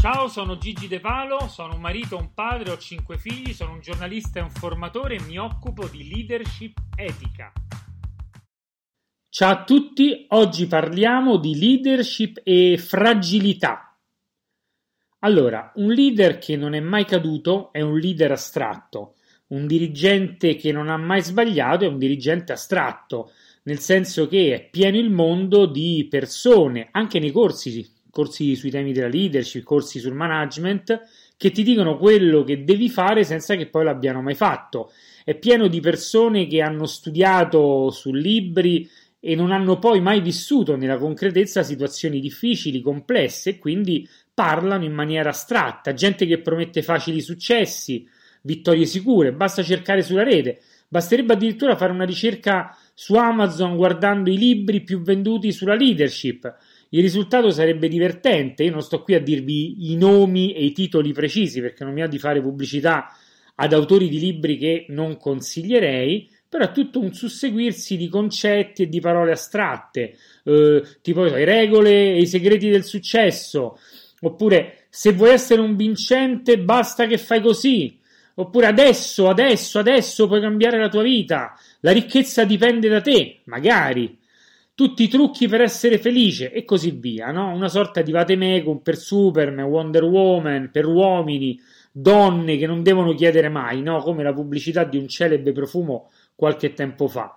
Ciao, sono Gigi De Palo, sono un marito, un padre, ho 5 figli, sono un giornalista e un formatore e mi occupo di leadership etica. Ciao a tutti, oggi parliamo di leadership e fragilità. Allora, un leader che non è mai caduto è un leader astratto, un dirigente che non ha mai sbagliato è un dirigente astratto, nel senso che è pieno il mondo di persone, anche nei corsi sui temi della leadership, corsi sul management, che ti dicono quello che devi fare senza che poi l'abbiano mai fatto. È pieno di persone che hanno studiato su libri e non hanno poi mai vissuto nella concretezza situazioni difficili, complesse, e quindi parlano in maniera astratta. Gente che promette facili successi, vittorie sicure, basta cercare sulla rete. Basterebbe addirittura fare una ricerca su Amazon guardando i libri più venduti sulla leadership. Il risultato sarebbe divertente. Io non sto qui a dirvi i nomi e i titoli precisi perché non mi ha di fare pubblicità ad autori di libri che non consiglierei, però è tutto un susseguirsi di concetti e di parole astratte, tipo le regole e i segreti del successo, oppure se vuoi essere un vincente basta che fai così, oppure adesso puoi cambiare la tua vita, la ricchezza dipende da te, magari. Tutti i trucchi per essere felice e così via, no? Una sorta di vademecum per Superman, Wonder Woman, per uomini, donne che non devono chiedere mai, no? Come la pubblicità di un celebre profumo qualche tempo fa.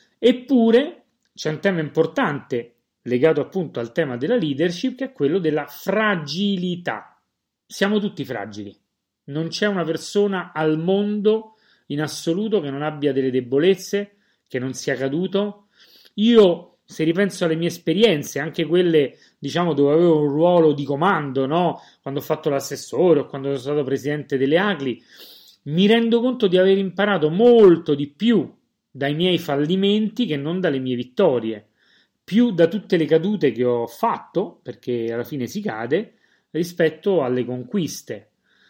Eppure c'è un tema importante legato appunto al tema della leadership, che è quello della fragilità. Siamo tutti fragili. Non c'è una persona al mondo in assoluto che non abbia delle debolezze, che non sia caduto. Io, se ripenso alle mie esperienze, anche quelle, diciamo, dove avevo un ruolo di comando, no? Quando ho fatto l'assessore o quando sono stato presidente delle ACLI, mi rendo conto di aver imparato molto di più dai miei fallimenti che non dalle mie vittorie, più da tutte le cadute che ho fatto, perché alla fine si cade, rispetto alle conquiste.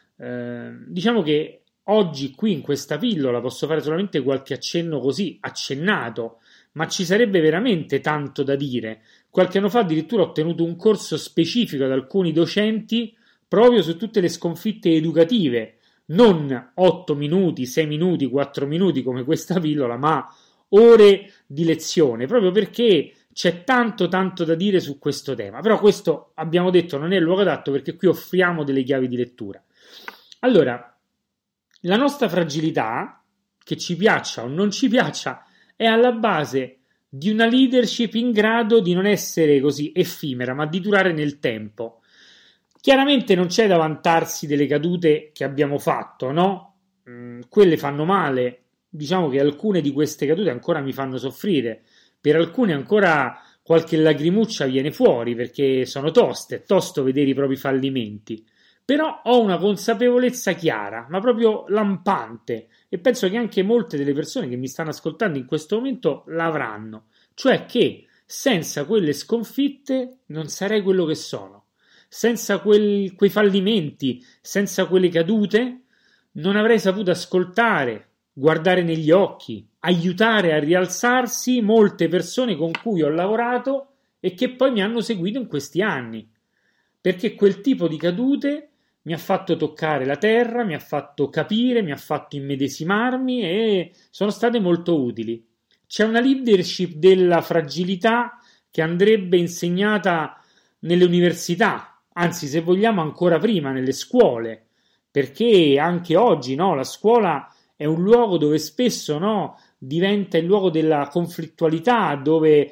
Diciamo che oggi qui in questa pillola posso fare solamente qualche accenno così, accennato, ma ci sarebbe veramente tanto da dire. Qualche anno fa addirittura ho tenuto un corso specifico ad alcuni docenti proprio su tutte le sconfitte educative, non 8 minuti, 6 minuti, 4 minuti come questa pillola, ma ore di lezione, proprio perché c'è tanto da dire su questo tema. Però questo, abbiamo detto, non è il luogo adatto perché qui offriamo delle chiavi di lettura. Allora, la nostra fragilità, che ci piaccia o non ci piaccia, è alla base di una leadership in grado di non essere così effimera, ma di durare nel tempo. Chiaramente non c'è da vantarsi delle cadute che abbiamo fatto, no? Quelle fanno male. Diciamo che alcune di queste cadute ancora mi fanno soffrire. Per alcune ancora qualche lacrimuccia viene fuori perché sono toste, è tosto vedere i propri fallimenti. Però ho una consapevolezza chiara, ma proprio lampante, e penso che anche molte delle persone che mi stanno ascoltando in questo momento l'avranno, cioè che senza quelle sconfitte non sarei quello che sono, senza quei fallimenti, senza quelle cadute, non avrei saputo ascoltare, guardare negli occhi, aiutare a rialzarsi molte persone con cui ho lavorato e che poi mi hanno seguito in questi anni, perché quel tipo di cadute mi ha fatto toccare la terra, mi ha fatto capire, mi ha fatto immedesimarmi e sono state molto utili. C'è una leadership della fragilità che andrebbe insegnata nelle università, anzi se vogliamo ancora prima nelle scuole, perché anche oggi, no, la scuola è un luogo dove spesso, no, diventa il luogo della conflittualità, dove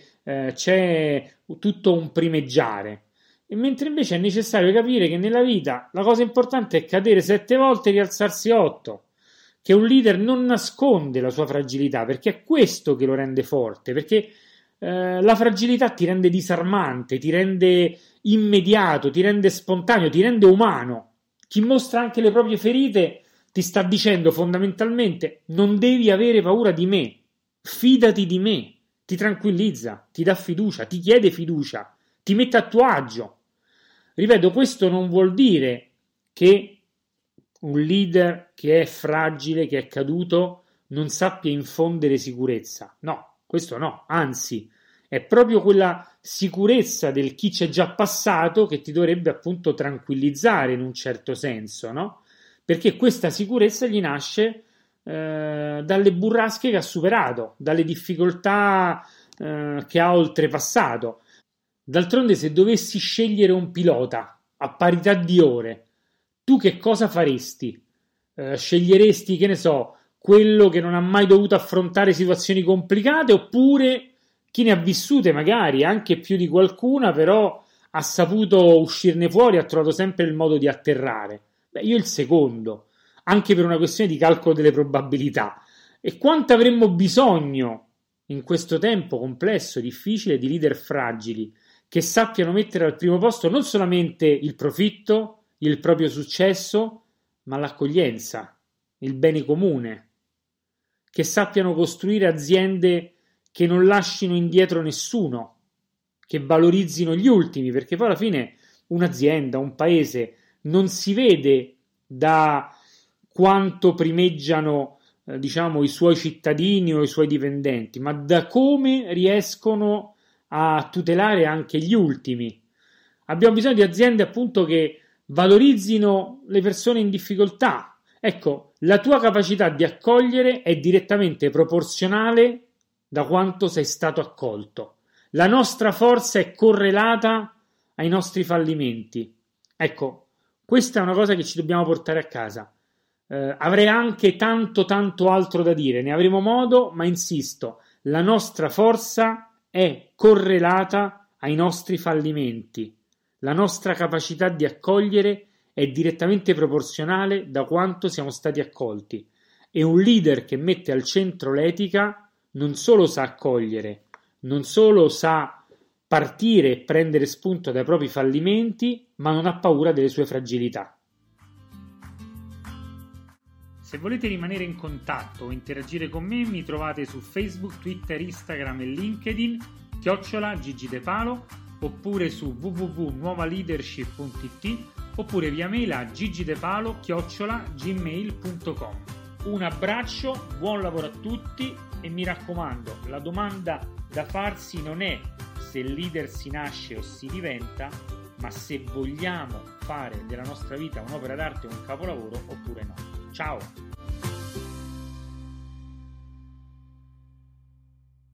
c'è tutto un primeggiare. E mentre invece è necessario capire che nella vita la cosa importante è cadere 7 volte e rialzarsi 8, che un leader non nasconde la sua fragilità, perché è questo che lo rende forte, perché la fragilità ti rende disarmante, ti rende immediato, ti rende spontaneo, ti rende umano. Chi mostra anche le proprie ferite ti sta dicendo fondamentalmente non devi avere paura di me, fidati di me, ti tranquillizza, ti dà fiducia, ti chiede fiducia, ti mette a tuo agio. Ripeto, questo non vuol dire che un leader che è fragile, che è caduto, non sappia infondere sicurezza. No, questo no, anzi, È proprio quella sicurezza del chi c'è già passato che ti dovrebbe appunto tranquillizzare in un certo senso, no? Perché questa sicurezza gli nasce dalle burrasche che ha superato, dalle difficoltà che ha oltrepassato. D'altronde, se dovessi scegliere un pilota a parità di ore, tu che cosa faresti? Sceglieresti, che ne so, quello che non ha mai dovuto affrontare situazioni complicate, oppure chi ne ha vissute magari anche più di qualcuna, però ha saputo uscirne fuori, ha trovato sempre il modo di atterrare? Beh, io il secondo, anche per una questione di calcolo delle probabilità. E quanto avremmo bisogno in questo tempo complesso, difficile, di leader fragili che sappiano mettere al primo posto non solamente il profitto, il proprio successo, ma l'accoglienza, il bene comune, che sappiano costruire aziende che non lasciano indietro nessuno, che valorizzino gli ultimi, perché poi alla fine un'azienda, un paese non si vede da quanto primeggiano i suoi cittadini o i suoi dipendenti, ma da come riescono a tutelare anche gli ultimi. Abbiamo bisogno di aziende appunto che valorizzino le persone in difficoltà. Ecco, la tua capacità di accogliere è direttamente proporzionale da quanto sei stato accolto. La nostra forza è correlata ai nostri fallimenti. Ecco, questa è una cosa che ci dobbiamo portare a casa. Avrei anche tanto altro da dire, ne avremo modo, ma insisto, la nostra forza è correlata ai nostri fallimenti. La nostra capacità di accogliere è direttamente proporzionale da quanto siamo stati accolti. E un leader che mette al centro l'etica non solo sa accogliere, non solo sa partire e prendere spunto dai propri fallimenti, ma non ha paura delle sue fragilità. Se volete rimanere in contatto o interagire con me, mi trovate su Facebook, Twitter, Instagram e LinkedIn, @Gigi De Palo, oppure su www.nuovaleadership.it, oppure via mail a gigidepalo@gmail.com. Un abbraccio, buon lavoro a tutti e mi raccomando, la domanda da farsi non è se leader si nasce o si diventa, ma se vogliamo fare della nostra vita un'opera d'arte o un capolavoro oppure no. Ciao!